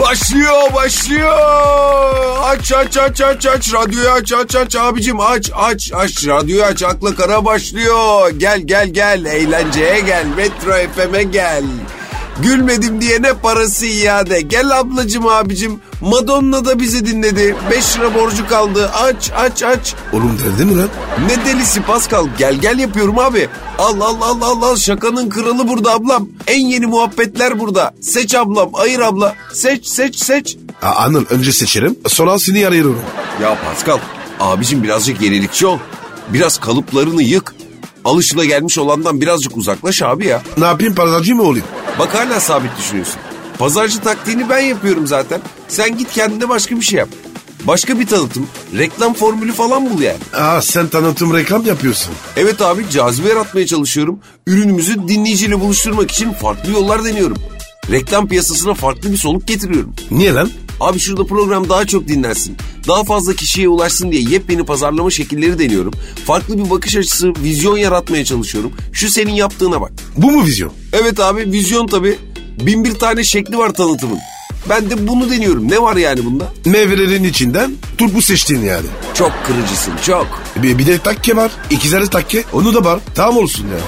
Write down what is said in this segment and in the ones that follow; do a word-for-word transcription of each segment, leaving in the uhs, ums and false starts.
Başlıyor başlıyor. Aç aç aç aç aç. Radyoyu aç aç aç abicim aç aç aç. Radyoyu aç, Akla Kara başlıyor. Gel gel gel, eğlenceye gel. Metro F M'e gel. Gülmedim diye ne parası iade. Gel ablacım abicim. Madonna da bizi dinledi. Beş lira borcu kaldı. Aç aç aç. Oğlum derdi mi lan? Ne delisi Pascal. Gel gel yapıyorum abi. Al al al al al. Şakanın kralı burada ablam. En yeni muhabbetler burada. Seç ablam, ayır abla. Seç seç seç. Aa, Anıl önce seçerim, sonra seni arıyorum. Ya Pascal, abicim birazcık yenilikçi ol. Biraz kalıplarını yık. Alışılagelmiş olandan birazcık uzaklaş abi ya. Ne yapayım, pazarcı mı olayım? Bak hala sabit düşünüyorsun. Pazarcı taktiğini ben yapıyorum zaten. Sen git kendine başka bir şey yap. Başka bir tanıtım, reklam formülü falan bul yani. Aa, sen tanıtım reklam yapıyorsun. Evet abi, cazibe yaratmaya çalışıyorum. Ürünümüzü dinleyiciyle buluşturmak için farklı yollar deniyorum. Reklam piyasasına farklı bir soluk getiriyorum. Niye lan? Abi şurada program daha çok dinlensin, daha fazla kişiye ulaşsın diye yepyeni pazarlama şekilleri deniyorum. Farklı bir bakış açısı, vizyon yaratmaya çalışıyorum. Şu senin yaptığına bak. Bu mu vizyon? Evet abi, vizyon tabii. Bin bir tane şekli var tanıtımın. Ben de bunu deniyorum. Ne var yani bunda? Meyvelerin içinden turpu seçtin yani. Çok kırıcısın, çok. Bir, bir de takke var. İkizleri takke. Onu da var. Tamam olsun ya.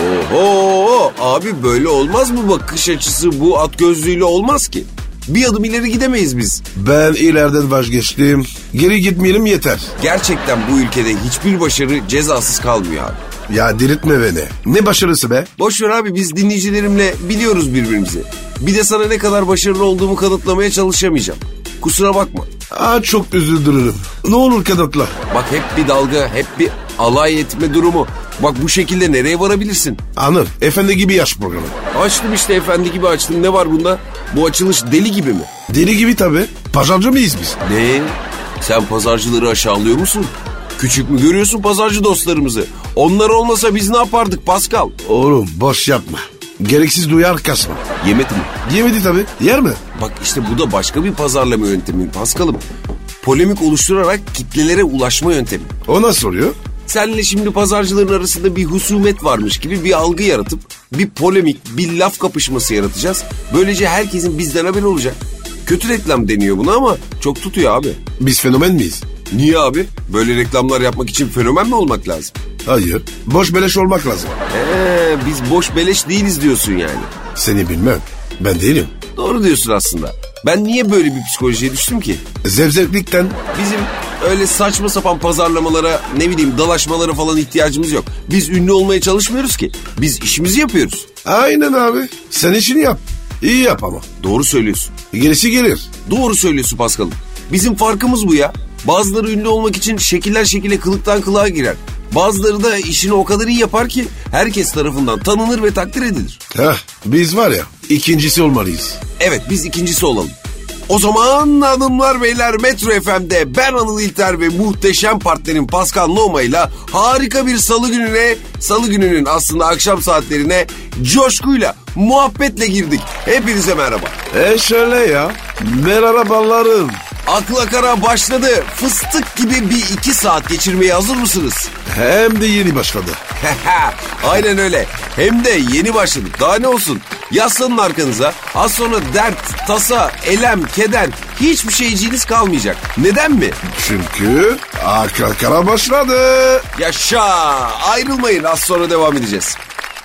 Oho abi, böyle olmaz mı bakış açısı? Bu at gözlüğüyle olmaz ki. Bir adım ileri gidemeyiz biz. Ben ileriden vazgeçtim. Geri gitmeyelim yeter. Gerçekten bu ülkede hiçbir başarı cezasız kalmıyor abi. Ya diriltme beni. Ne başarısı be? Boş ver abi, biz dinleyicilerimle biliyoruz birbirimizi. Bir de sana ne kadar başarılı olduğumu kanıtlamaya çalışamayacağım. Kusura bakma. Aa, çok üzüldürürüm. Ne olur kanıtla. Bak, hep bir dalga, hep bir alay etme durumu. Bak, bu şekilde nereye varabilirsin? Anır, efendi gibi yaş programı. Açtım işte, efendi gibi açtım. Ne var bunda? Bu açılış deli gibi mi? Deli gibi tabii. Pazarcı mıyız biz? Ne? Sen pazarcıları aşağılıyor musun? Küçük mü görüyorsun pazarcı dostlarımızı? Onlar olmasa biz ne yapardık Pascal? Oğlum boş yapma. Gereksiz duyar kasma. Yemedi mi? Yemedi tabii. Yer mi? Bak işte bu da başka bir pazarlama yöntemi Pascal'ım. Polemik oluşturarak kitlelere ulaşma yöntemi. O nasıl oluyor? Senle şimdi pazarcıların arasında bir husumet varmış gibi bir algı yaratıp bir polemik, bir laf kapışması yaratacağız. Böylece herkesin bizden haberi olacak. Kötü reklam deniyor buna ama çok tutuyor abi. Biz fenomen miyiz? Niye abi? Böyle reklamlar yapmak için fenomen mi olmak lazım? Hayır. Boş beleş olmak lazım. Eee biz boş beleş değiliz diyorsun yani. Seni bilmem. Ben değilim. Doğru diyorsun aslında. Ben niye böyle bir psikolojiye düştüm ki? Zevzeklikten. Bizim öyle saçma sapan pazarlamalara, ne bileyim dalaşmalara falan ihtiyacımız yok. Biz ünlü olmaya çalışmıyoruz ki. Biz işimizi yapıyoruz. Aynen abi. Sen işini yap. İyi yap ama. Doğru söylüyorsun. Gerisi gelir. Doğru söylüyorsun Pascal'ım. Bizim farkımız bu ya. Bazıları ünlü olmak için şekiller şekile, kılıktan kılığa girer. Bazıları da işini o kadar iyi yapar ki herkes tarafından tanınır ve takdir edilir. Heh, biz var ya ikincisi olmalıyız. Evet, biz ikincisi olalım. O zaman hanımlar beyler, Metro F M'de ben Anıl İlter ve muhteşem partnerim Pascal Noma ile harika bir salı gününe, salı gününün aslında akşam saatlerine coşkuyla, muhabbetle girdik. Hepinize merhaba. E şöyle ya. Merhabalarım. Akla Kara başladı. Fıstık gibi bir iki saat geçirmeye hazır mısınız? Hem de yeni başladı. Aynen öyle. Hem de yeni başladık. Daha ne olsun? Yaslanın arkanıza. Az sonra dert, tasa, elem, keder, hiçbir şeyciğiniz kalmayacak. Neden mi? Çünkü Akla Kara başladı. Yaşa! Ayrılmayın, az sonra devam edeceğiz.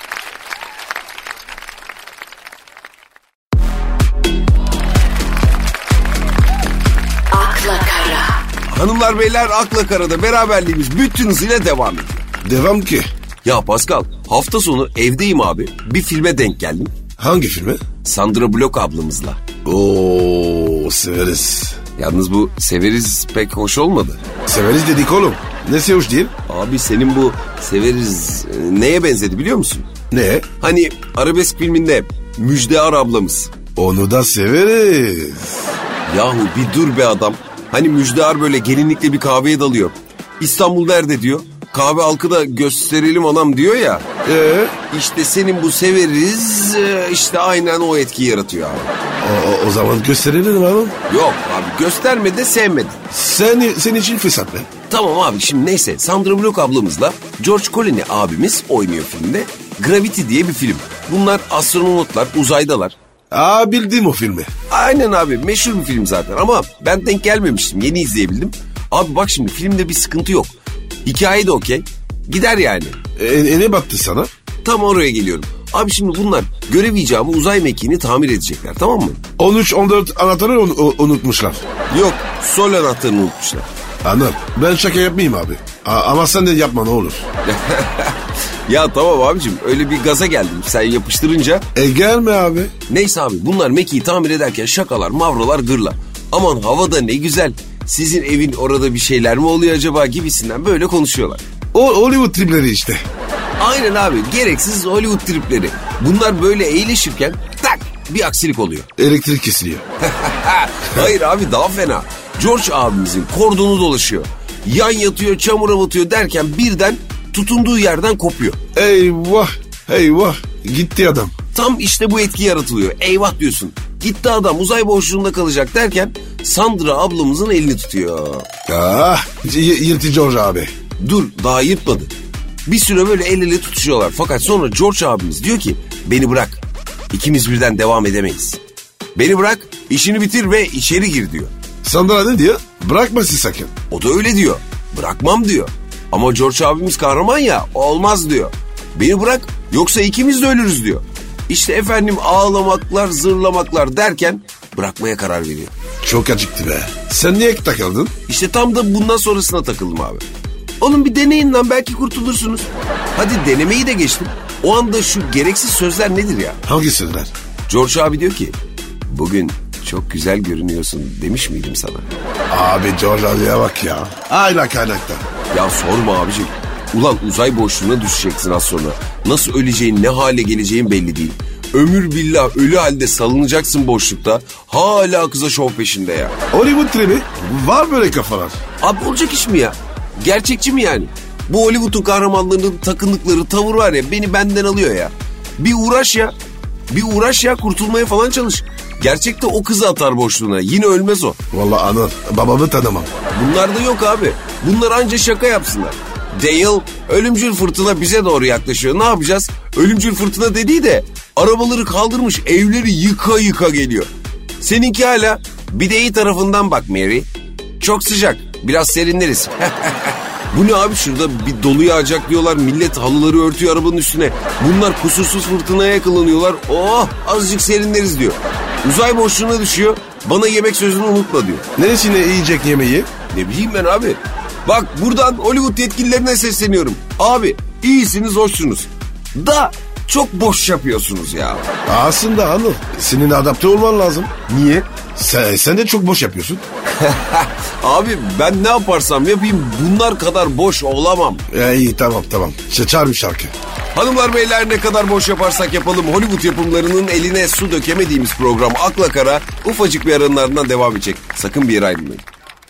Hanımlar beyler, Akla Kara'da beraberliğimiz bütün hızıyla devam ediyor. Devam ki. Ya Pascal, hafta sonu evdeyim abi. Bir filme denk geldim. Hangi filmi? Sandra Bullock ablamızla. Oo, severiz. Yalnız bu severiz pek hoş olmadı. Severiz dedik oğlum. Nesi hoş değil? Abi senin bu severiz neye benzedi biliyor musun? Ne? Hani arabesk filminde Müjdear ablamız. Onu da severiz. Yahu bir dur be adam. Hani Müjdear böyle gelinlikle bir kahveye dalıyor. İstanbul nerede diyor. Kahve halkı da gösterelim anam diyor ya. Ee? İşte senin bu severiz işte aynen o etkiyi yaratıyor abi. O, o, o zaman gösterelim abi. Yok abi, gösterme de sevmedi. Sen, senin için fırsat be. Tamam abi, şimdi neyse, Sandra Bullock ablamızla George Clooney abimiz oynuyor filmde. Gravity diye bir film. Bunlar astronotlar, uzaydalar. Aa bildim o filmi. Aynen abi, meşhur bir film zaten ama ben denk gelmemiştim, yeni izleyebildim. Abi bak şimdi filmde bir sıkıntı yok. Hikaye de okey. Gider yani. E, e ne battı sana? Tam oraya geliyorum. Abi şimdi bunlar görev icabı uzay mekiğini tamir edecekler, tamam mı? on üç on dört anahtarı un- unutmuşlar. Yok, sol anahtarını unutmuşlar. Anladım. Ben şaka yapmayayım abi. A- ama sen de yapma ne olur. Ya tamam abicim, öyle bir gaza geldim sen yapıştırınca. E gelme abi. Neyse abi, bunlar mekiği tamir ederken şakalar, mavralar, gırla. Aman havada ne güzel. Sizin evin orada bir şeyler mi oluyor acaba gibisinden böyle konuşuyorlar. O Hollywood tripleri işte. Aynen abi, gereksiz Hollywood tripleri. Bunlar böyle eğleşirken tak bir aksilik oluyor. Elektrik kesiliyor. Hayır abi, daha fena. George abimizin kordonu dolaşıyor. Yan yatıyor, çamura batıyor derken birden tutunduğu yerden kopuyor. Eyvah eyvah gitti adam. Tam işte bu etki yaratılıyor. Eyvah diyorsun. Gitti adam, uzay boşluğunda kalacak derken Sandra ablamızın elini tutuyor. Ah y- yırtıcı George abi. Dur, daha yırtmadı. Bir süre böyle el ele tutuşuyorlar. Fakat sonra George abimiz diyor ki beni bırak. İkimiz birden devam edemeyiz. Beni bırak, işini bitir ve içeri gir diyor. Sandra ne diyor? Bırakmasın sakın. O da öyle diyor. Bırakmam diyor. Ama George abimiz kahraman ya, olmaz diyor. Beni bırak, yoksa ikimiz de ölürüz diyor. İşte efendim ağlamaklar, zırlamaklar derken bırakmaya karar veriyor. Çok acıktı be. Sen niye takıldın? İşte tam da bundan sonrasına takıldım abi. Oğlum bir deneyin lan, belki kurtulursunuz. Hadi denemeyi de geçtim. O anda şu gereksiz sözler nedir ya? Hangi sözler? George abi diyor ki bugün çok güzel görünüyorsun demiş miydim sana? Abi George abiye bak ya. Hala kaynakta. Ya sorma abicim. Ulan uzay boşluğuna düşeceksin az sonra. Nasıl öleceğin, ne hale geleceğin belli değil. Ömür billah ölü halde salınacaksın boşlukta. Hala kıza şov peşinde ya. Hollywood tribi var böyle kafalar. Abi olacak iş mi ya? Gerçekçi mi yani? Bu Hollywood'un kahramanlarının takındıkları tavır var ya, beni benden alıyor ya. Bir uğraş ya. Bir uğraş ya, kurtulmaya falan çalış. Gerçekte o kızı atar boşluğuna. Yine ölmez o. Vallahi anır. Babamı tanımam. Bunlar da yok abi. Bunlar anca şaka yapsınlar. Dale, ölümcül fırtına bize doğru yaklaşıyor. Ne yapacağız? Ölümcül fırtına dediği de arabaları kaldırmış, evleri yıka yıka geliyor. Seninki hala bir de iyi tarafından bak Mary. Çok sıcak. Biraz serinleriz. Bu ne abi, şurada bir dolu yağacak diyorlar. Millet halıları örtüyor arabanın üstüne. Bunlar kusursuz fırtınaya yakalanıyorlar. Oh, azıcık serinleriz diyor. Uzay boşluğuna düşüyor. Bana yemek sözünü unutma diyor. Neresine yiyecek yemeği? Ne bileyim ben abi. Bak buradan Hollywood yetkililerine sesleniyorum. Abi iyisiniz, hoşsunuz. Da çok boş yapıyorsunuz ya. Aslında Anıl senin adapte olman lazım. Niye? Sen, sen de çok boş yapıyorsun. Abi ben ne yaparsam yapayım bunlar kadar boş olamam. Ya iyi tamam tamam. Çağır bir şarkı. Hanımlar beyler, ne kadar boş yaparsak yapalım Hollywood yapımlarının eline su dökemediğimiz program Akla Kara ufacık bir aranın ardından devam edecek. Sakın bir yere ayrılmayın.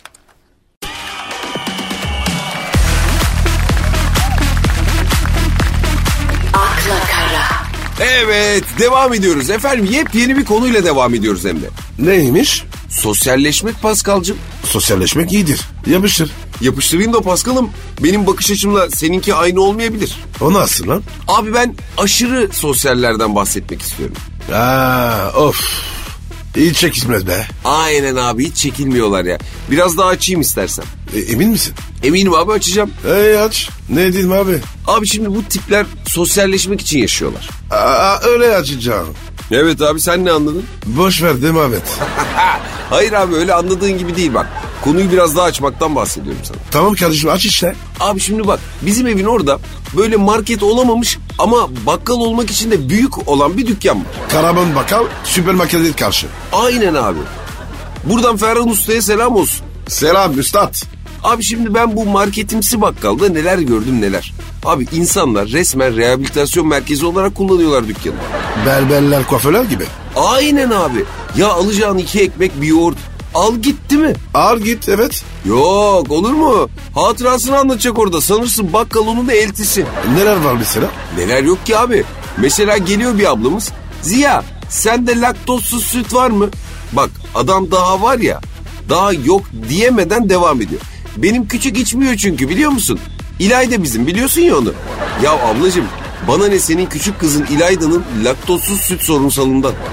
Akla Kara. Evet, devam ediyoruz. Efendim yepyeni bir konuyla devam ediyoruz hem de. Neymiş? Sosyalleşmek Paskal'cığım. Sosyalleşmek iyidir. Yapıştır. Yapıştırayım da Paskal'ım. Benim bakış açımla seninki aynı olmayabilir. O nasıl lan? Abi ben aşırı sosyallerden bahsetmek istiyorum. Aa, of. İyi çekişmez be. Aynen abi, hiç çekilmiyorlar ya. Biraz daha açayım istersen. E, emin misin? Eminim abi, açacağım. Ey aç. Ne dedim abi? Abi şimdi bu tipler sosyalleşmek için yaşıyorlar. Aa, öyle açacağım. Evet abi, sen ne anladın? Boş ver değil mi Ahmet? Hayır abi, öyle anladığın gibi değil bak. Konuyu biraz daha açmaktan bahsediyorum sana. Tamam kardeşim aç işte. Abi şimdi bak, bizim evin orada böyle market olamamış ama bakkal olmak için de büyük olan bir dükkan var. Karaman Bakkal süpermarkete karşı. Aynen abi. Buradan Ferhan Usta'ya selam olsun. Selam üstad. Abi şimdi ben bu marketimsi bakkalda neler gördüm neler. Abi insanlar resmen rehabilitasyon merkezi olarak kullanıyorlar dükkanı. Berberler, kuaförler gibi. Aynen abi. Ya alacağın iki ekmek bir yoğurt. Al git değil mi? Ağır git evet. Yok olur mu? Hatırasını anlatacak orada. Sanırsın bakkal onun da eltisi. Neler var mesela? Neler yok ki abi. Mesela geliyor bir ablamız. Ziya sende laktozsuz süt var mı? Bak adam daha var ya. Daha yok diyemeden devam ediyor. Benim küçük içmiyor çünkü, biliyor musun? İlayda bizim, biliyorsun ya onu. Ya ablacığım bana ne senin küçük kızın İlayda'nın laktozsuz süt sorunsalından.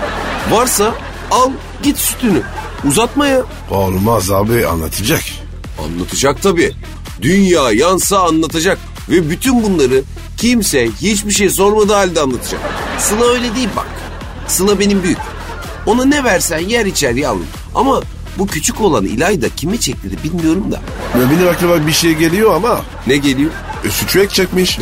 Varsa al git sütünü. Uzatma ya. Olmaz abi, anlatacak. Anlatacak tabii. Dünya yansa anlatacak. Ve bütün bunları kimse hiçbir şey sormadığı halde anlatacak. Sıla öyle değil bak. Sıla benim büyük. Ona ne versen yer içer yavrum. Ama bu küçük olan İlayda kime çekti de bilmiyorum da. Ya benim aklıma bir şey geliyor ama. Ne geliyor? E, sütü ekecekmiş.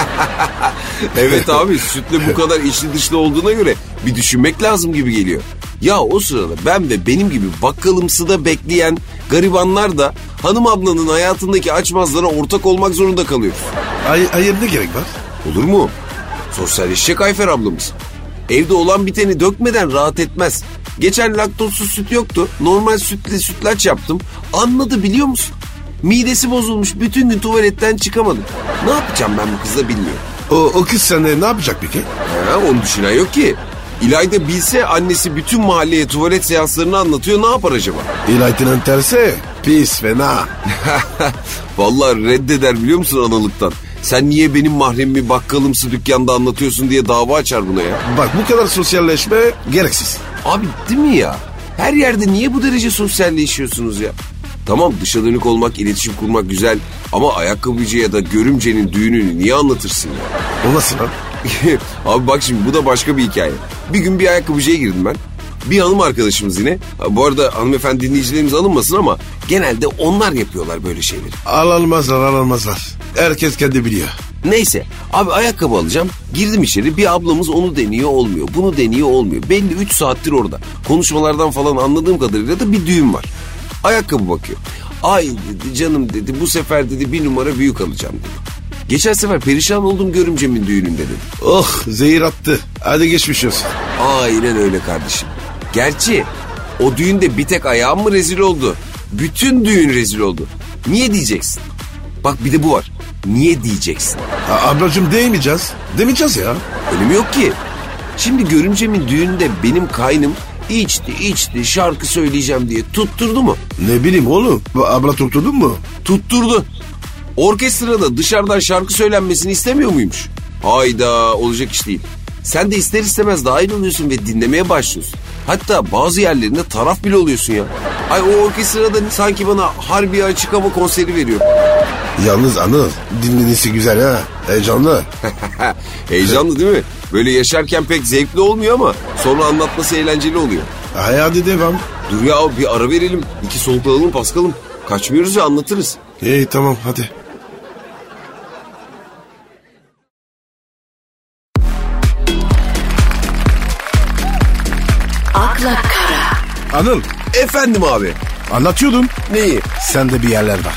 Evet abi, sütle bu kadar içli dışlı olduğuna göre bir düşünmek lazım gibi geliyor. Ya o sırada ben ve benim gibi bakkalımsıda bekleyen garibanlar da hanım ablanın hayatındaki açmazlara ortak olmak zorunda kalıyoruz. Ay, hayır ne gerek var? Olur mu? Sosyalleşecek Ayfer ablamız. Evde olan biteni dökmeden rahat etmez. Geçen laktozsuz süt yoktu. Normal sütle sütlaç yaptım. Anladı biliyor musun? Midesi bozulmuş. Bütün gün tuvaletten çıkamadı. Ne yapacağım ben bu kızla bilmiyorum. O, o kız sende ne yapacak peki? Ha, onu düşünen yok ki. İlayda bilse annesi bütün mahalleye tuvalet seanslarını anlatıyor. Ne yapar acaba? İlayda'nın tersi pis fena. Vallahi reddeder biliyor musun analıktan. Sen niye benim mahremimi bakkalımsı dükkanda anlatıyorsun diye dava açar buna ya. Bak bu kadar sosyalleşme gereksiz. Abi değil mi ya? Her yerde niye bu derece sosyalleşiyorsunuz ya? Tamam, dışa dönük olmak, iletişim kurmak güzel. Ama ayakkabıcı ya da görümcenin düğününü niye anlatırsın ya? O nasıl lan? Abi bak şimdi bu da başka bir hikaye. Bir gün bir ayakkabıcıya girdim ben. Bir hanım arkadaşımız yine. Bu arada hanımefendi dinleyicilerimiz alınmasın ama genelde onlar yapıyorlar böyle şeyleri. Alınmazlar alınmazlar. Herkes kendi biliyor. Neyse abi, ayakkabı alacağım. Girdim içeri, bir ablamız onu deniyor olmuyor. Bunu deniyor olmuyor. Belli üç saattir orada. Konuşmalardan falan anladığım kadarıyla da bir düğün var. Ayakkabı bakıyor. Ay dedi canım dedi, bu sefer dedi bir numara büyük alacağım dedi. Geçen sefer perişan oldum görümcemin düğününde dedi. Oh, zehir attı. Hadi geçmiş olsun. Aynen öyle kardeşim. Gerçi o düğünde bir tek ayağım mı rezil oldu? Bütün düğün rezil oldu. Niye diyeceksin? Bak bir de bu var. Niye diyeceksin? A- ablacığım değmeyeceğiz. Demeyeceğiz ya. Önemi yok ki. Şimdi görümcemin düğününde benim kaynım içti içti şarkı söyleyeceğim diye tutturdu mu? Ne bileyim oğlum. Bu abla tutturdun mu? Tutturdu. Orkestrada dışarıdan şarkı söylenmesini istemiyor muymuş? Hayda, olacak iş değil. Sen de ister istemez dahil oluyorsun ve dinlemeye başlıyorsun. Hatta bazı yerlerinde taraf bile oluyorsun ya. Ay o orkestrada sanki bana harbi açık hava konseri veriyor. Yalnız Anıl, dinlenisi güzel ha. Heyecanlı. Heyecanlı değil mi? Böyle yaşarken pek zevkli olmuyor ama sonra anlatması eğlenceli oluyor. Hay hadi devam. Dur ya, bir ara verelim. İki soluklanalım paskalım. Kaçmıyoruz ya, anlatırız. İyi tamam hadi. akla kara, Anıl, Efendim abi. anlatıyordun. Neyi? Sende bir yerler var.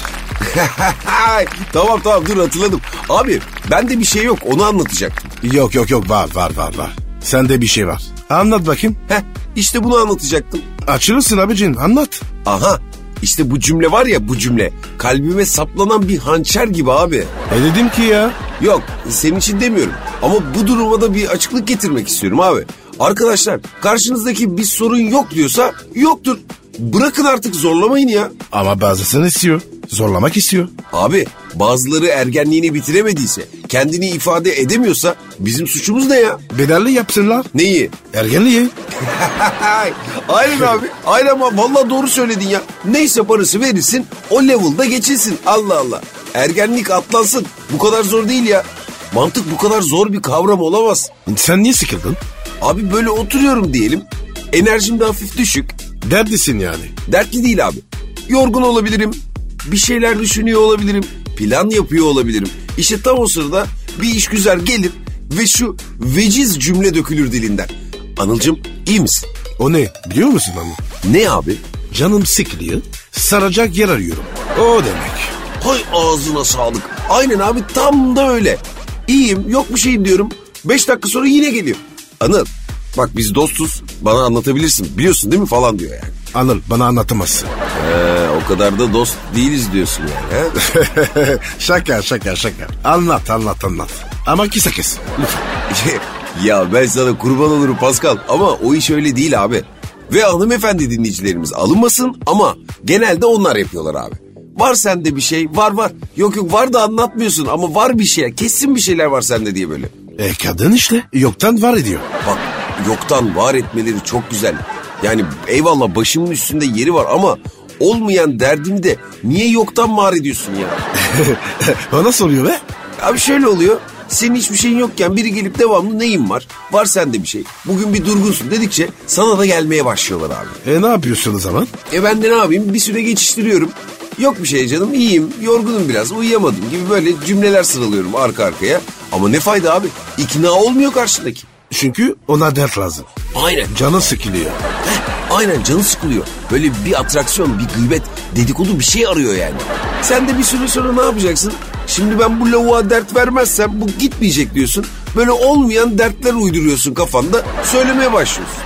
Tamam tamam, dur hatırladım. Abi bende bir şey yok, onu anlatacaktım. Yok yok yok var var var var. Sende bir şey var. Anlat bakayım. Heh, işte bunu anlatacaktım. Açılırsın abicin, anlat. Aha, işte bu cümle var ya, bu cümle kalbime saplanan bir hançer gibi abi. Ne dedim ki ya? Yok, senin için demiyorum ama bu duruma da bir açıklık getirmek istiyorum abi. Arkadaşlar, karşınızdaki bir sorun yok diyorsa yoktur. Bırakın artık, zorlamayın ya. Ama bazısını istiyor. Zorlamak istiyor. Abi bazıları ergenliğini bitiremediyse, kendini ifade edemiyorsa bizim suçumuz ne ya? Bedelli yapsınlar. Neyi? Ergenliği. Aynen abi. Aynen ama vallahi doğru söyledin ya. Neyse parası verilsin, o level'da geçilsin. Allah Allah. Ergenlik atlansın. Bu kadar zor değil ya. Mantık bu kadar zor bir kavram olamaz. Sen niye sıkıldın? Abi böyle oturuyorum diyelim. Enerjim de hafif düşük. Dertlisin yani. Dertli değil abi. Yorgun olabilirim. Bir şeyler düşünüyor olabilirim. Plan yapıyor olabilirim. İşte tam o sırada bir iş güzel gelir ve şu veciz cümle dökülür dilinden. Anılcım, iyi misin? O ne biliyor musun Anıl? Ne abi? Canım sıkılıyor. Saracak yer arıyorum. O demek. Hay ağzına sağlık. Aynen abi, tam da öyle. İyiyim, yok bir şeyim diyorum. Beş dakika sonra yine geliyor. Anıl, bak biz dostuz, bana anlatabilirsin, biliyorsun değil mi falan diyor yani. Anıl, bana anlatamazsın. Ee, o kadar da dost değiliz diyorsun yani. He? Şaka şaka şaka. Anlat anlat anlat. Ama kısa kes. Lütfen. Ya ben sana kurban olurum Pascal, ama o iş öyle değil abi. Ve hanımefendi dinleyicilerimiz alınmasın ama genelde onlar yapıyorlar abi. Var sende bir şey, var var. Yok yok, var da anlatmıyorsun ama var bir şey. Kesin bir şeyler var sende diye böyle. E kadın işte yoktan var ediyor. Bak yoktan var etmeleri çok güzel. Yani eyvallah başımın üstünde yeri var ama olmayan derdini de niye yoktan var ediyorsun ya? O nasıl oluyor be? Abi şöyle oluyor. Senin hiçbir şeyin yokken biri gelip devamlı neyin var? Var sende bir şey. Bugün bir durgunsun dedikçe sana da gelmeye başlıyorlar abi. E ne yapıyorsun o zaman? E ben de ne yapayım? Bir süre geçiştiriyorum. Yok bir şey canım, iyiyim, yorgunum biraz, uyuyamadım gibi böyle cümleler sıralıyorum arka arkaya. Ama ne fayda abi? İkna olmuyor karşındaki. Çünkü ona dert lazım. Aynen. Canı sıkılıyor. Heh, aynen canı sıkılıyor. Böyle bir atraksiyon, bir gıybet, dedikodu bir şey arıyor yani. Sen de bir süre sonra ne yapacaksın? Şimdi ben bu lavuğa dert vermezsem bu gitmeyecek diyorsun. Böyle olmayan dertler uyduruyorsun kafanda, söylemeye başlıyorsun.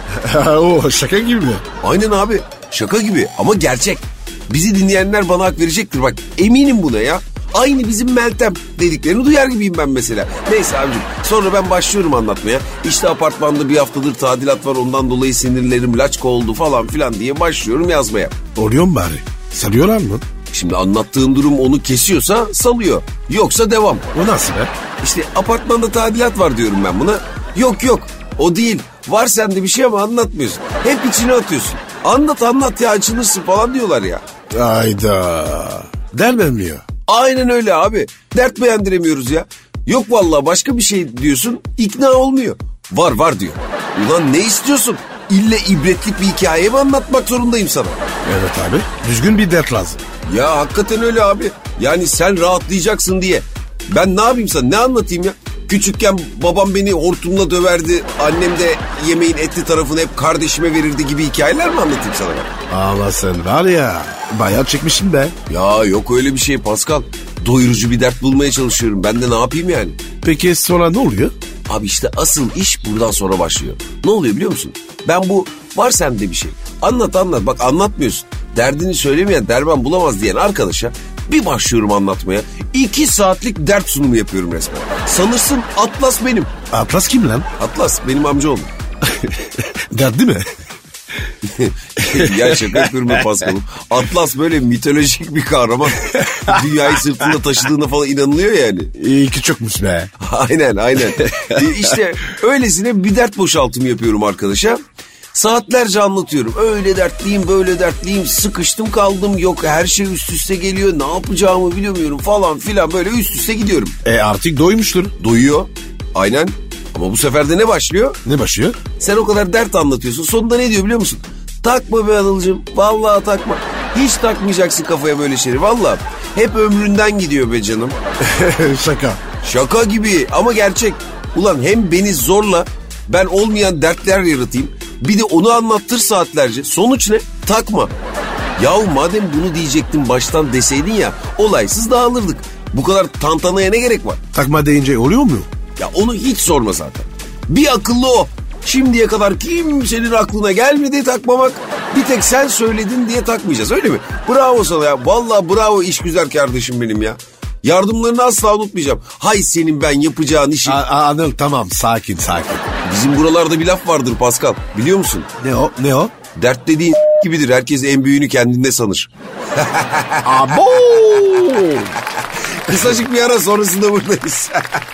O şaka gibi mi? Aynen abi, şaka gibi ama gerçek. Bizi dinleyenler bana hak verecektir bak, eminim buna ya. Aynı bizim Meltem dediklerini duyar gibiyim ben mesela. Neyse abicim, sonra ben başlıyorum anlatmaya. İşte apartmanda bir haftadır tadilat var, ondan dolayı sinirlerim laçka oldu falan filan diye başlıyorum yazmaya. Oluyor mu bari? Salıyorlar mı? Şimdi anlattığım durum onu kesiyorsa salıyor. Yoksa devam. O nasıl be? İşte apartmanda tadilat var diyorum ben buna. Yok yok, o değil. Var sende bir şey ama anlatmıyorsun. Hep içine atıyorsun. Anlat anlat ya, açılırsın falan diyorlar ya. Ayda. Derlenmiyor. Aynen öyle abi. Dert beğendiremiyoruz ya. Yok vallahi başka bir şey diyorsun, ikna olmuyor. Var var diyor. Ulan ne istiyorsun? İlle ibretlik bir hikaye mi anlatmak zorundayım sana? Evet abi. Düzgün bir dert lazım. Ya hakikaten öyle abi. Yani sen rahatlayacaksın diye. Ben ne yapayım sana, ne anlatayım ya? Küçükken babam beni hortumla döverdi. Annem de yemeğin etli tarafını hep kardeşime verirdi gibi hikayeler mi anlatayım sana ben? Ama sen var ya, bayağı çekmişsin be. Ya yok öyle bir şey Pascal. Doyurucu bir dert bulmaya çalışıyorum. Ben de ne yapayım yani? Peki sonra ne oluyor? Abi işte asıl iş buradan sonra başlıyor. Ne oluyor biliyor musun? Ben bu var sende bir şey. Anlat anlat, bak anlatmıyorsun. Derdini söylemeyen derman bulamaz diyen arkadaşa bir başlıyorum anlatmaya. İki saatlik dert sunumu yapıyorum resmen. Sanırsın Atlas benim. Atlas kim lan? Atlas benim amcaoğlum. Derdi mi? Ya şaka yapıyorum ben Pascal'ım. Atlas böyle mitolojik bir kahraman. Dünyayı sırtında taşıdığına falan inanılıyor yani. İyi ki çokmuş be. Aynen aynen. İşte öylesine bir dert boşaltımı yapıyorum arkadaşa. Saatlerce anlatıyorum. Öyle dertliyim, böyle dertliyim, sıkıştım kaldım, yok her şey üst üste geliyor, ne yapacağımı bilemiyorum falan filan, böyle üst üste gidiyorum. E artık doymuştur. Doyuyor. Aynen. Ama bu sefer de ne başlıyor? Ne başlıyor? Sen o kadar dert anlatıyorsun. Sonunda ne diyor biliyor musun? Takma be Anılcığım. Vallahi takma. Hiç takmayacaksın kafaya böyle şeyleri. Vallahi hep ömründen gidiyor be canım. Şaka. Şaka gibi ama gerçek. Ulan hem beni zorla ben olmayan dertler yaratayım. Bir de onu anlattır saatlerce. Sonuç ne? Takma. Yahu madem bunu diyecektin baştan deseydin ya, olaysız dağılırdık. Bu kadar tantanaya ne gerek var? Takma deyince oluyor mu? Ya onu hiç sorma zaten. Bir akıllı o. Şimdiye kadar kimsenin aklına gelmedi takmamak. Bir tek sen söyledin diye takmayacağız, öyle mi? Bravo sana ya. Vallahi bravo işgüzar kardeşim benim ya. Yardımlarını asla unutmayacağım. Hay senin ben yapacağın işi. A- Anıl tamam, sakin sakin. Bizim buralarda bir laf vardır Pascal. Biliyor musun? Ne o? Ne o? Dert dediğin gibidir. Herkes en büyüğünü kendinde sanır. Abo! Kısacık bir ara, sonrasında buradayız.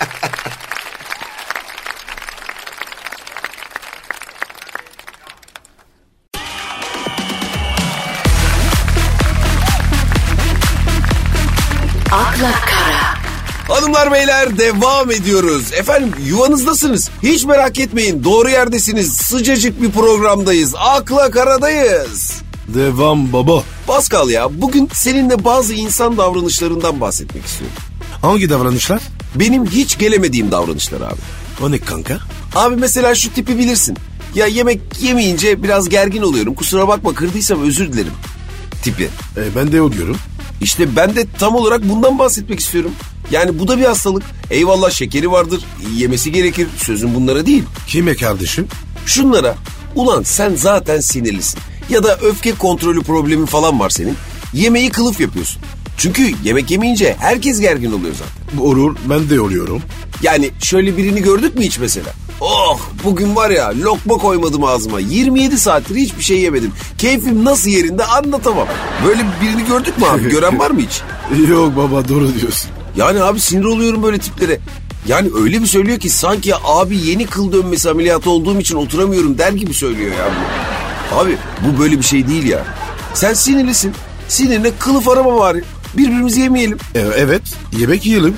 Akla Kara. Hanımlar beyler devam ediyoruz. Efendim yuvanızdasınız. Hiç merak etmeyin, doğru yerdesiniz. Sıcacık bir programdayız. Akla Kara'dayız. Devam baba. Pascal ya, bugün seninle bazı insan davranışlarından bahsetmek istiyorum. Hangi davranışlar? Benim hiç gelemediğim davranışlar abi. O ne kanka? Abi mesela şu tipi bilirsin. Ya yemek yemeyince biraz gergin oluyorum. Kusura bakma, kırdıysam özür dilerim. Tipi. E, ben de oluyorum. İşte ben de tam olarak bundan bahsetmek istiyorum. Yani bu da bir hastalık. Eyvallah şekeri vardır, yemesi gerekir. Sözüm bunlara değil. Kime kardeşim? Şunlara. Ulan sen zaten sinirlisin. Ya da öfke kontrolü problemin falan var senin. Yemeği kılıf yapıyorsun. Çünkü yemek yemeyince herkes gergin oluyor zaten. Olur, ben de oluyorum. Yani şöyle birini gördük mü hiç mesela? Oh bugün var ya, lokma koymadım ağzıma. yirmi yedi saattir hiçbir şey yemedim. Keyfim nasıl yerinde anlatamam. Böyle birini gördük mü abi? Gören var mı hiç? Yok baba, doğru diyorsun. Yani abi sinir oluyorum böyle tiplere. Yani öyle bir söylüyor ki sanki abi yeni kıl dönmesi ameliyatı olduğum için oturamıyorum der gibi söylüyor ya. Abi bu böyle bir şey değil ya. Sen sinirlisin. Sinirine kılıf arama bari. Birbirimizi yemeyelim. E, evet yemek yiyelim.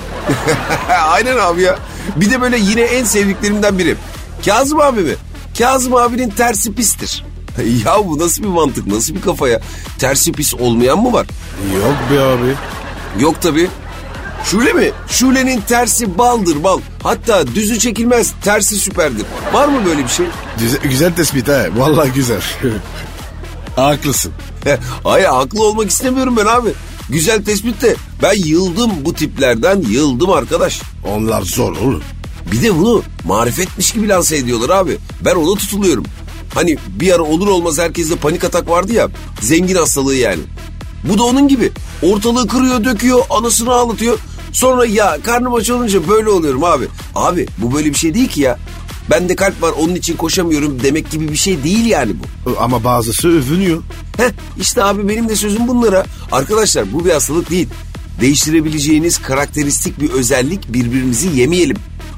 Aynen abi ya. Bir de böyle yine en sevdiklerimden biri. Kazım abi mi? Kazım abinin tersi pistir. Ya bu nasıl bir mantık, nasıl bir kafa ya? Tersi pis olmayan mı var? Yok be abi. Yok tabii. Şule mi? Şule'nin tersi baldır bal. Hatta düzü çekilmez, tersi süperdir. Var mı böyle bir şey? Güzel, güzel tespit ha. Vallahi güzel. Haklısın. Hayır, haklı olmak istemiyorum ben abi. Güzel tespit de ben yıldım bu tiplerden, yıldım arkadaş. Onlar zor oğlum. Bir de bunu marifetmiş gibi lanse ediyorlar abi. Ben ona tutuluyorum. Hani bir ara olur olmaz herkeste panik atak vardı ya. Zengin hastalığı yani. Bu da onun gibi. Ortalığı kırıyor, döküyor, anasını ağlatıyor. Sonra ya karnım aç olunca böyle oluyorum abi. Abi bu böyle bir şey değil ki ya. Bende kalp var onun için koşamıyorum demek gibi bir şey değil yani bu. Ama bazısı övünüyor. Heh işte abi benim de sözüm bunlara. Arkadaşlar bu bir hastalık değil. Değiştirebileceğiniz karakteristik bir özellik, birbirimizi yemeyelim.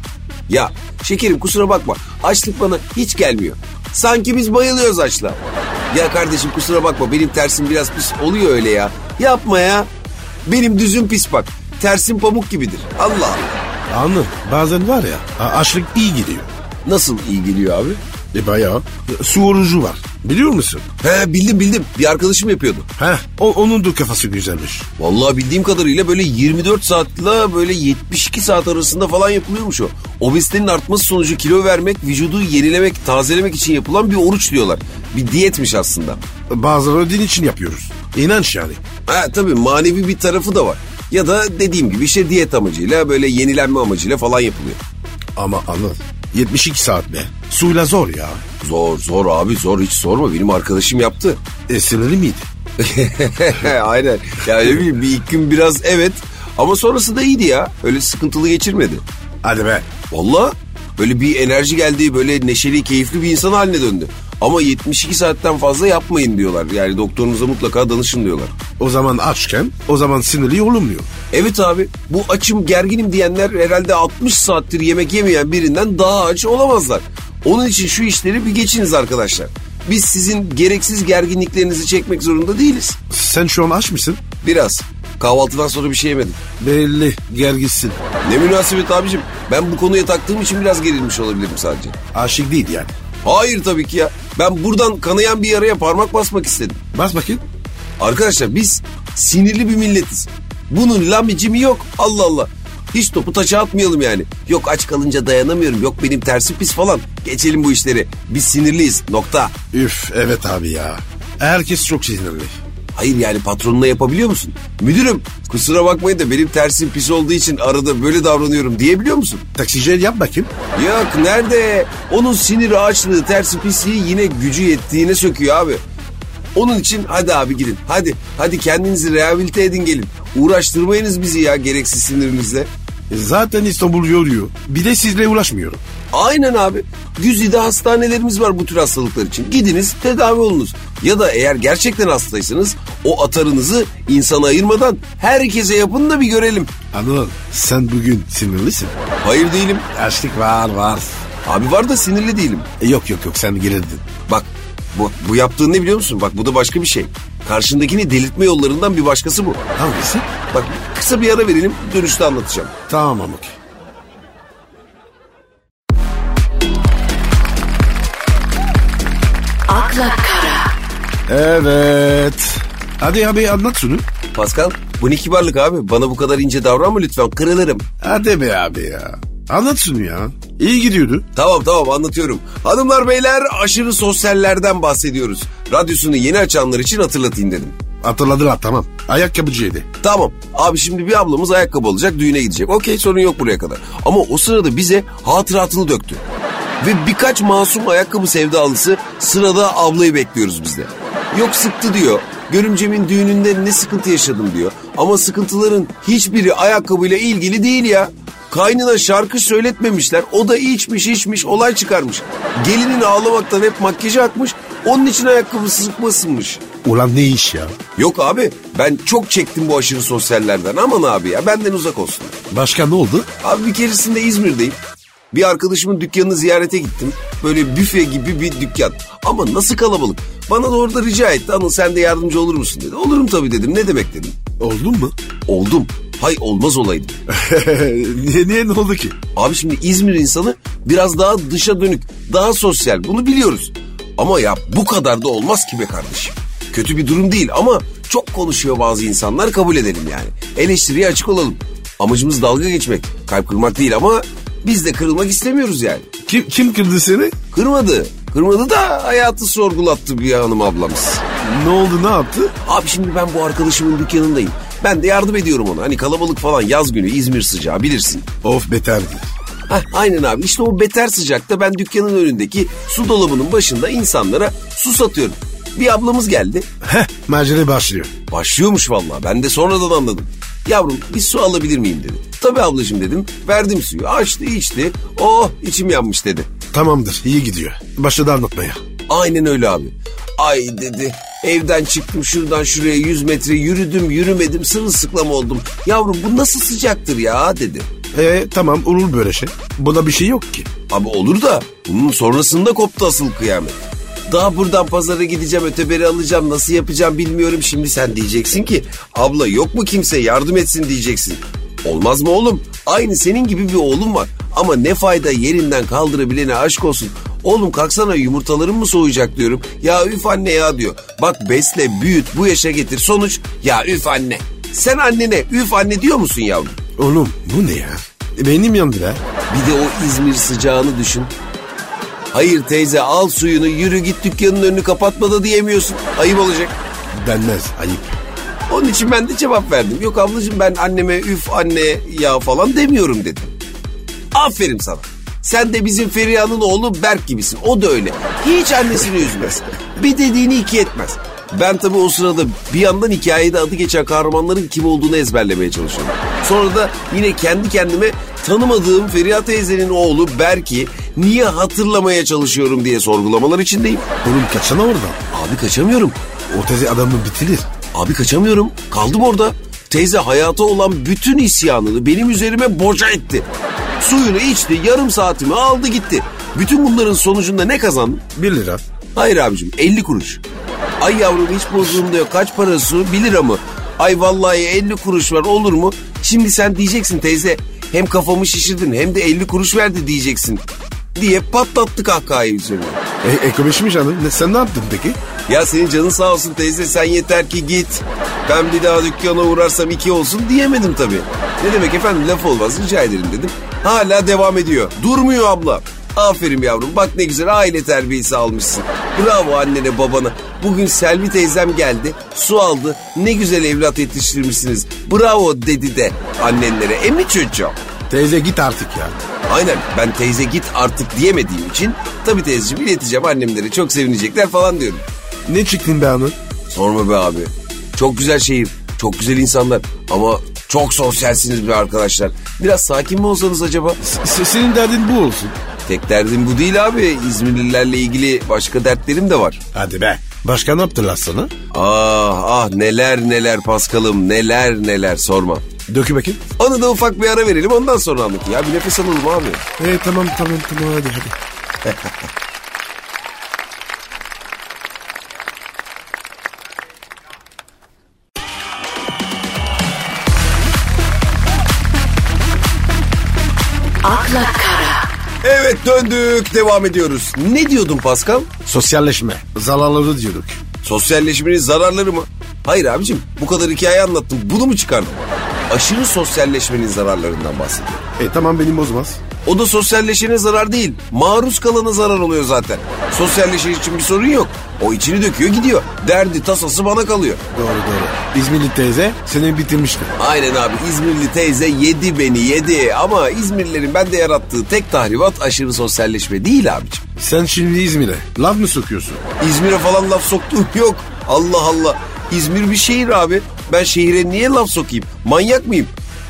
Ya şekerim kusura bakma, açlık bana hiç gelmiyor. Sanki biz bayılıyoruz açla. Ya kardeşim kusura bakma, benim tersim biraz pis oluyor öyle ya. Yapma ya. Benim düzüm pis bak. Tersim pamuk gibidir. Allah Allah. Anladım. Bazen var ya açlık iyi gidiyor. Nasıl iyi geliyor abi? E bayağı. Su orucu var. Biliyor musun? He bildim bildim. Bir arkadaşım yapıyordu. He o, onun da kafası güzelmiş. Vallahi bildiğim kadarıyla böyle yirmi dört saatle böyle yetmiş iki saat arasında falan yapılıyormuş o. Obezitenin artması sonucu kilo vermek, vücudu yenilemek, tazelemek için yapılan bir oruç diyorlar. Bir diyetmiş aslında. Bazıları din için yapıyoruz. İnanç yani. Ha tabii manevi bir tarafı da var. Ya da dediğim gibi işte diyet amacıyla böyle yenilenme amacıyla falan yapılıyor. Ama anladım. yetmiş iki saat be. Suyla zor ya. Zor zor abi zor, hiç sorma, benim arkadaşım yaptı. E sinirli miydi? Aynen. Yani ne bileyim bir ilk gün biraz evet ama sonrası da iyiydi ya. Öyle sıkıntılı geçirmedi. Hadi be. Vallahi böyle bir enerji geldi, böyle neşeli keyifli bir insan haline döndü. Ama yetmiş iki saatten fazla yapmayın diyorlar. Yani doktorunuza mutlaka danışın diyorlar. O zaman açken o zaman sinirli olunmuyor. Evet abi, bu açım gerginim diyenler herhalde altmış saattir yemek yemeyen birinden daha aç olamazlar. Onun için şu işleri bir geçiniz arkadaşlar. Biz sizin gereksiz gerginliklerinizi çekmek zorunda değiliz. Sen şu an aç mısın? Biraz. Kahvaltıdan sonra bir şey yemedim. Belli gerginsin. Ne münasebet abicim. Ben bu konuya taktığım için biraz gerilmiş olabilirim sadece. Aşık değil yani. Hayır tabii ki ya. Ben buradan kanayan bir yaraya parmak basmak istedim. Bas bakayım. Arkadaşlar biz sinirli bir milletiz. Bunun lamicimi yok. Allah Allah. Hiç topu taça atmayalım yani. Yok aç kalınca dayanamıyorum. Yok benim tersim pis falan. Geçelim bu işleri. Biz sinirliyiz. Nokta. Üf evet abi ya. Herkes çok sinirli. Hayır yani patronuna yapabiliyor musun? Müdürüm kusura bakmayın da benim tersim pis olduğu için arada böyle davranıyorum diyebiliyor musun? Taksiciye yap bakayım. Yok nerede? Onun siniri, açlığı, tersi pisliği yine gücü yettiğine söküyor abi. Onun için hadi abi gidin. Hadi hadi kendinizi rehabilite edin gelin. Uğraştırmayınız bizi ya gereksiz sinirinizle. E zaten İstanbul yoruyor. Bir de sizle uğraşmıyorum. Aynen abi. Güzide hastanelerimiz var bu tür hastalıklar için. Gidiniz tedavi olunuz. Ya da eğer gerçekten hastaysanız o atarınızı insana ayırmadan herkese yapın da bir görelim. Anladın. Sen bugün sinirlisin. Hayır değilim. Açlık var var. Abi var da sinirli değilim. E yok yok yok sen gerildin. Bak bu, bu yaptığın ne biliyor musun? Bak bu da başka bir şey. Karşındakini delirtme yollarından bir başkası bu. Hangisi? Bak kısa bir ara verelim, dönüşte anlatacağım. Tamam amok. Akla Kara. Evet. Hadi abi anlat şunu. Pascal bu ne kibarlık abi, bana bu kadar ince davranma lütfen, kırılırım. Hadi be abi ya. Anlat şunu ya. İyi gidiyordu. Tamam tamam anlatıyorum. Hanımlar beyler, aşırı sosyallerden bahsediyoruz. Radyosunu yeni açanlar için hatırlatayım dedim. Hatırladılar tamam. Ayakkabıcıydı. Tamam abi, şimdi bir ablamız ayakkabı alacak, düğüne gidecek. Okey, sorun yok buraya kadar. Ama o sırada bize hatıratını döktü. Ve birkaç masum ayakkabı sevdalısı sırada ablayı bekliyoruz biz de. Yok sıktı diyor. Görümcemin düğününde ne sıkıntı yaşadım diyor. Ama sıkıntıların hiçbiri ayakkabıyla ilgili değil ya. Kaynına şarkı söyletmemişler. O da içmiş içmiş olay çıkarmış. Gelinin ağlamaktan hep makyajı akmış. Onun için ayakkabısı sıkmasınmış. Ulan ne iş ya? Yok abi, ben çok çektim bu aşırı sosyallerden. Aman abi ya, benden uzak olsun. Başka ne oldu? Abi bir keresinde İzmir'deyim. Bir arkadaşımın dükkanını ziyarete gittim. Böyle büfe gibi bir dükkan. Ama nasıl kalabalık. Bana da orada rica etti. Anıl sen de yardımcı olur musun dedi. Olurum tabii dedim. Ne demek dedim. Oldun mu? Oldum. Hay olmaz olaydım. niye, niye ne oldu ki? Abi şimdi İzmir insanı biraz daha dışa dönük. Daha sosyal. Bunu biliyoruz. Ama ya bu kadar da olmaz ki be kardeşim. Kötü bir durum değil ama çok konuşuyor bazı insanlar, kabul edelim yani. Eleştiriye açık olalım. Amacımız dalga geçmek, kalp kırmak değil ama biz de kırılmak istemiyoruz yani. Kim, kim kırdı seni? Kırmadı. Kırmadı da hayatı sorgulattı bir hanım ablamız. Ne oldu, ne yaptı? Abi şimdi ben bu arkadaşımın dükkanındayım. Ben de yardım ediyorum ona. Hani kalabalık falan, yaz günü, İzmir sıcağı bilirsin. Of beterdi. Heh, aynen abi, işte o beter sıcakta ben dükkanın önündeki su dolabının başında insanlara su satıyorum. Bir ablamız geldi. Heh, macera başlıyor. Başlıyormuş vallahi, ben de sonradan anladım. Yavrum bir su alabilir miyim dedi. Tabii ablacığım dedim. Verdim suyu, açtı içti. Oh içim yanmış dedi. Tamamdır, iyi gidiyor. Başladı anlatmaya. Aynen öyle abi. Ay dedi, evden çıktım şuradan şuraya yüz metre yürüdüm yürümedim sırılsıklam oldum. Yavrum bu nasıl sıcaktır ya dedi. Ee tamam, olur böyle şey. Buna bir şey yok ki. Abi olur da bunun sonrasında koptu asıl kıyamet. Daha buradan pazara gideceğim, öteberi alacağım, nasıl yapacağım bilmiyorum. Şimdi sen diyeceksin ki abla yok mu kimse yardım etsin diyeceksin. Olmaz mı oğlum? Aynı senin gibi bir oğlum var. Ama ne fayda, yerinden kaldırabilene aşk olsun. Oğlum kalksana, yumurtaların mı soğuyacak diyorum. Ya üf anne ya diyor. Bak besle, büyüt, bu yaşa getir. Sonuç ya üf anne. Sen annene üf anne diyor musun yavrum? Oğlum bu ne ya? E, beynim yandı ya. Bir de o İzmir sıcağını düşün. Hayır teyze al suyunu, yürü git dükkanın önünü kapatma da diyemiyorsun. Ayıp olacak. Denmez, ayıp. Onun için ben de cevap verdim. Yok ablacığım ben anneme üf anne ya falan demiyorum dedim. Aferin sana. Sen de bizim Feriha'nın oğlu Berk gibisin. O da öyle. Hiç annesini üzmez. Bir dediğini iki etmez. Ben tabii o sırada bir yandan hikayede adı geçen kahramanların kim olduğunu ezberlemeye çalışıyorum. Sonra da yine kendi kendime tanımadığım Feriha teyzenin oğlu Berk'i niye hatırlamaya çalışıyorum diye sorgulamalar içindeyim. Oğlum kaçsana oradan. Abi kaçamıyorum. O teyze adamı bitirir. Abi kaçamıyorum. Kaldım orada. Teyze hayata olan bütün isyanını benim üzerime boca etti. Suyunu içti, yarım saatimi aldı gitti. Bütün bunların sonucunda ne kazandım? Bir lira. Hayır abicim, elli kuruş. Ay yavrum hiç bozduğum da yok. Kaç para su? Bir lira mı? Ay vallahi elli kuruş var, olur mu? Şimdi sen diyeceksin teyze, hem kafamı şişirdin hem de elli kuruş verdi diyeceksin. Diye patlattı kahkahayı üzerine. E, ekonomişmiş hanım. Ne, sen ne yaptın peki? Ya senin canın sağ olsun teyze, sen yeter ki git. Ben bir daha dükkana uğrarsam iki olsun diyemedim tabii. Ne demek efendim, laf olmaz, rica ederim dedim. Hala devam ediyor. Durmuyor abla. Aferin yavrum, bak ne güzel aile terbiyesi almışsın. Bravo annene babana. Bugün Selvi teyzem geldi, su aldı. Ne güzel evlat yetiştirmişsiniz. Bravo dedi de annenlere. Emmi çocuğum. Teyze git artık ya. Aynen, ben teyze git artık diyemediğim için tabii teyzeciğim ileteceğim, annemlere çok sevinecekler falan diyorum. Ne çıktın be hanım? Sorma be abi. Çok güzel şehir, çok güzel insanlar ama çok sosyalsiniz be arkadaşlar. Biraz sakin mi olsanız acaba? S- senin derdin bu olsun. Tek derdim bu değil abi. İzmirlilerle ilgili başka dertlerim de var. Hadi be. Başka ne yaptılar sana? Ah ah neler neler Paskal'ım, neler neler sorma. Dökü bakayım. Onu da ufak bir ara verelim, ondan sonra anlat ya. Bir nefes alalım abi. E tamam tamam tamam hadi hadi. Akla Kara. Evet döndük, devam ediyoruz. Ne diyordun Paskal? Sosyalleşme. Zararları diyorduk. Sosyalleşmenin zararları mı? Hayır abicim, bu kadar hikaye anlattım, bunu mu çıkardın? Aşırı sosyalleşmenin zararlarından bahsediyorum. E tamam, benim bozmaz. O da sosyalleşene zarar değil. Maruz kalana zarar oluyor zaten. Sosyalleşen için bir sorun yok. O içini döküyor gidiyor. Derdi tasası bana kalıyor. Doğru doğru. İzmirli teyze seni bitirmişti. Aynen abi, İzmirli teyze yedi beni yedi. Ama İzmirlilerin bende yarattığı tek tahribat aşırı sosyalleşme değil abicim. Sen şimdi İzmir'e laf mı sokuyorsun? İzmir'e falan laf soktuğum yok. Allah Allah. İzmir bir şehir abi. Ben şehire niye laf sokayım? Manyak mıyım?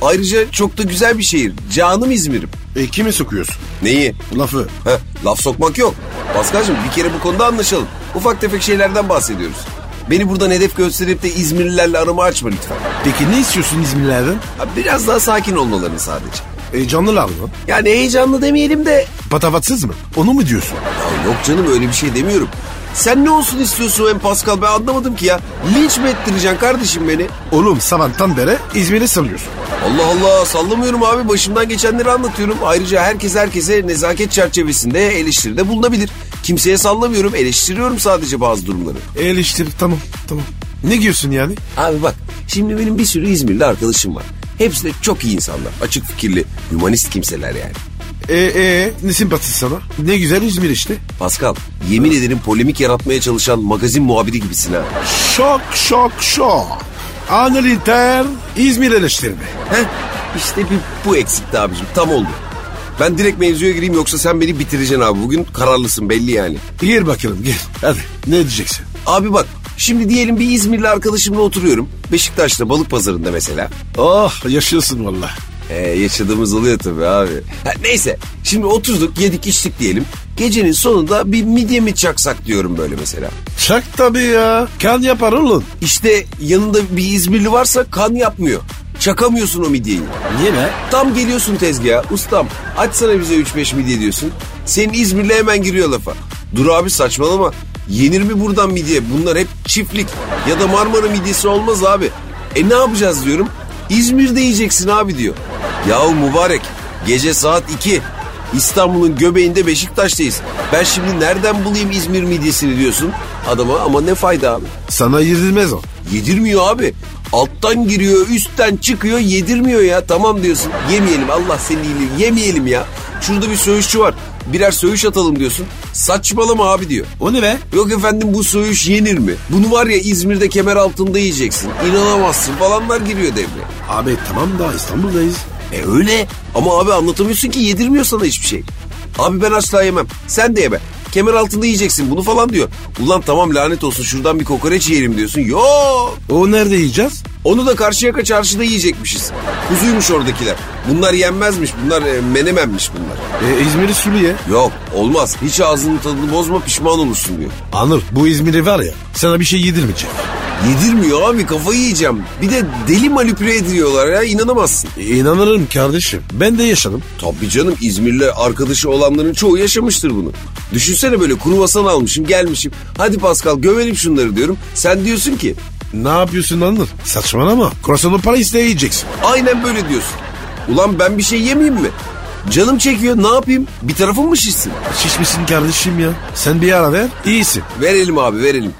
Ayrıca çok da güzel bir şehir. Canım İzmir'im. E kimi sokuyorsun? Neyi? Lafı. Heh, laf sokmak yok. Paskal'cığım bir kere bu konuda anlaşalım. Ufak tefek şeylerden bahsediyoruz. Beni buradan hedef gösterip de İzmirlilerle aramı açma lütfen. Peki ne istiyorsun İzmirlilerden? Ha, biraz daha sakin olmalarını sadece. Heyecanlılar mı? Yani heyecanlı demeyelim de... Patavatsız mı? Onu mu diyorsun? Ya yok canım öyle bir şey demiyorum. Sen ne olsun istiyorsun hem Pascal, ben anlamadım ki ya. Linç mi ettireceksin kardeşim beni? Oğlum sabahtan beri İzmir'i salıyorsun. Allah Allah, sallamıyorum abi, başımdan geçenleri anlatıyorum. Ayrıca herkes herkese nezaket çerçevesinde eleştiride bulunabilir. Kimseye sallamıyorum, eleştiriyorum sadece bazı durumları. Eleştir tamam tamam. Ne diyorsun yani? Abi bak, şimdi benim bir sürü İzmirli arkadaşım var. Hepsi de çok iyi insanlar, açık fikirli, hümanist kimseler yani. Ee, ee, ne simpatisi sana? Ne güzel İzmir işte. Pascal, yemin ederim polemik yaratmaya çalışan magazin muhabiri gibisin ha. Şok şok şok. Anıl İlter İzmir eleştirme. Heh, işte bir bu eksikti abicim, tam oldu. Ben direkt mevzuya gireyim yoksa sen beni bitireceksin abi. Bugün kararlısın belli yani. Gir bakalım gir. Hadi ne diyeceksin? Abi bak, şimdi diyelim bir İzmirli arkadaşımla oturuyorum. Beşiktaş'ta balık pazarında mesela. Oh yaşıyorsun valla. Ee, yaşadığımız oluyor tabii abi. Ha, neyse, şimdi oturduk yedik içtik diyelim. Gecenin sonunda bir midye mi çaksak diyorum böyle mesela. Çak tabii ya. Kan yapar oğlum. İşte yanında bir İzmirli varsa kan yapmıyor. Çakamıyorsun o midyeyi. Niye be? Tam geliyorsun tezgaha, ustam açsana bize üç beş midye diyorsun. Senin İzmirli hemen giriyor lafa. Dur abi saçmalama. Yenir mi buradan midye? Bunlar hep çiftlik. Ya da Marmara midyesi olmaz abi. E ne yapacağız diyorum. İzmir'de yiyeceksin abi diyor. Yahu mübarek, gece saat iki. İstanbul'un göbeğinde Beşiktaş'tayız. Ben şimdi nereden bulayım İzmir midyesini diyorsun adama, ama ne fayda abi. Sana yedirmez o. Yedirmiyor abi. Alttan giriyor, üstten çıkıyor, yedirmiyor ya. Tamam diyorsun, yemeyelim, Allah senin iyiliğini, yemeyelim ya. Şurada bir söğüşçü var, birer söğüş atalım diyorsun. Saçmalama abi diyor. O ne be? Yok efendim, bu söğüş yenir mi? Bunu var ya İzmir'de kemer altında yiyeceksin. İnanamazsın falanlar giriyor devreye. Abi tamam da İstanbul'dayız. E öyle ama abi anlatamıyorsun ki, yedirmiyor sana hiçbir şey. Abi ben asla yemem, sen de yeme. Kemer altında yiyeceksin bunu falan diyor. Ulan tamam, lanet olsun, şuradan bir kokoreç yiyelim diyorsun. Yok. O nerede yiyeceğiz? Onu da Karşıyaka çarşıda yiyecekmişiz. Kuzuymuş oradakiler. Bunlar yenmezmiş, bunlar e, menemenmiş bunlar. E, İzmir'i sulu ye. Yok olmaz, hiç ağzının tadını bozma, pişman olursun diyor. Anıl bu İzmir'i var ya, sana bir şey yedirmeyecek. Yedirmiyor abi, kafayı yiyeceğim. Bir de deli manipüle ediliyorlar ya, inanamazsın. E, inanırım kardeşim, ben de yaşadım. Tabii canım, İzmir'le arkadaşı olanların çoğu yaşamıştır bunu. Düşünsene böyle kruvasan almışım gelmişim. Hadi Pascal gömelim şunları diyorum. Sen diyorsun ki... Ne yapıyorsun Anıl? Saçmalama. Kruvasanın parayı yiyeceksin. Aynen böyle diyorsun. Ulan ben bir şey yemeyeyim mi? Canım çekiyor, ne yapayım? Bir tarafım mı şişsin? Şişmişsin kardeşim ya. Sen bir ara ver, iyisin. Verelim abi, verelim.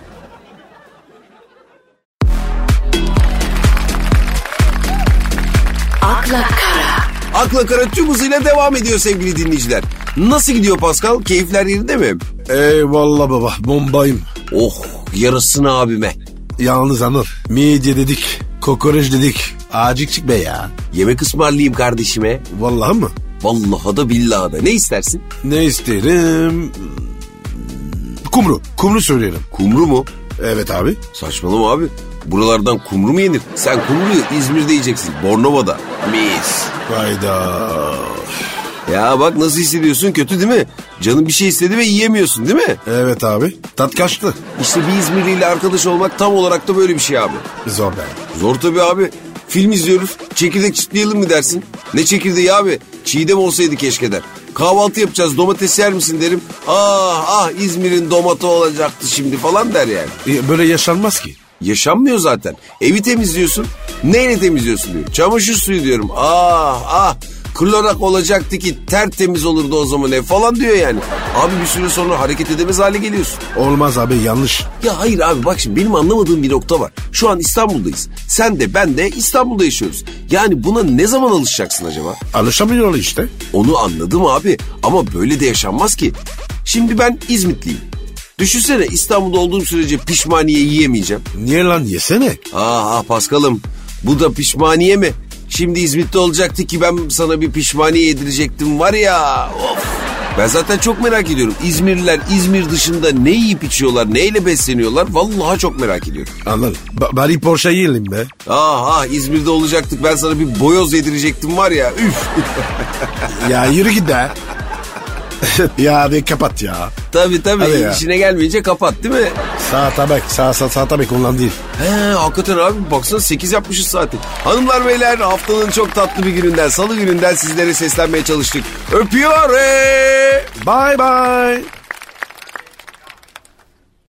Akla Kara. Akla Kara tüm hızıyla devam ediyor sevgili dinleyiciler. Nasıl gidiyor Pascal? Keyifler yerinde mi? Eyvallah baba, bombayım. Oh, yarasını abime. Yalnız Anıl, midye dedik, kokoreç dedik. Acıkçık be ya. Yemek ısmarlayayım kardeşime. Vallahi mı? Vallahi da billahi da. Ne istersin? Ne isterim? Kumru, kumru söyleyelim. Kumru mu? Evet abi. Saçmalama abi. Buralardan kumru mu yenir? Sen kumruyu İzmir'de yiyeceksin. Bornova'da. Mis. Hayda. Ya bak nasıl hissediyorsun, kötü değil mi? Canın bir şey istedi ve yiyemiyorsun değil mi? Evet abi. Tat kaçtı. İşte bir İzmirliyle arkadaş olmak tam olarak da böyle bir şey abi. Zor be. Zor tabii abi. Film izliyoruz. Çekirdek çitleyelim mi dersin? Ne çekirdeği abi? Çiğdem olsaydı keşke der. Kahvaltı yapacağız, domates yer misin derim. Ah ah, İzmir'in domatı olacaktı şimdi falan der yani. E, böyle yaşanmaz ki. Yaşanmıyor zaten. Evi temizliyorsun. Neyle temizliyorsun diyor. Çamaşır suyu diyorum. Ah ah. Klorak olacaktı ki tertemiz olurdu o zaman ev falan diyor yani. Abi bir süre sonra hareket edemez hale geliyorsun. Olmaz abi, yanlış. Ya hayır abi, bak şimdi benim anlamadığım bir nokta var. Şu an İstanbul'dayız. Sen de ben de İstanbul'da yaşıyoruz. Yani buna ne zaman alışacaksın acaba? Alışamıyor işte. Onu anladım abi ama böyle de yaşanmaz ki. Şimdi ben İzmitliyim. Düşünsene, İstanbul'da olduğum sürece pişmaniye yiyemeyeceğim. Niye lan, yesene. Ah ah Paskal'ım, bu da pişmaniye mi? Şimdi İzmit'te olacaktı ki ben sana bir pişmaniye yedirecektim var ya. Of. Ben zaten çok merak ediyorum. İzmirliler İzmir dışında ne yiyip içiyorlar, neyle besleniyorlar? Vallahi çok merak ediyorum. Anladım. Ba- bari Porsche yiyelim be. Ah ah İzmir'de olacaktık. Ben sana bir boyoz yedirecektim var ya. Üf. Ya yürü git de. Ya bir kapat ya. Tabii tabii. Hadi ya. İşine gelmeyince kapat değil mi? Saat tabak. Sağ sağ sağ tabak ondan değil. He hakikaten abi baksana sekiz yapmışız saati. Hanımlar beyler haftanın çok tatlı bir gününden, salı gününden sizlere seslenmeye çalıştık. Öpüyor. Bye bye.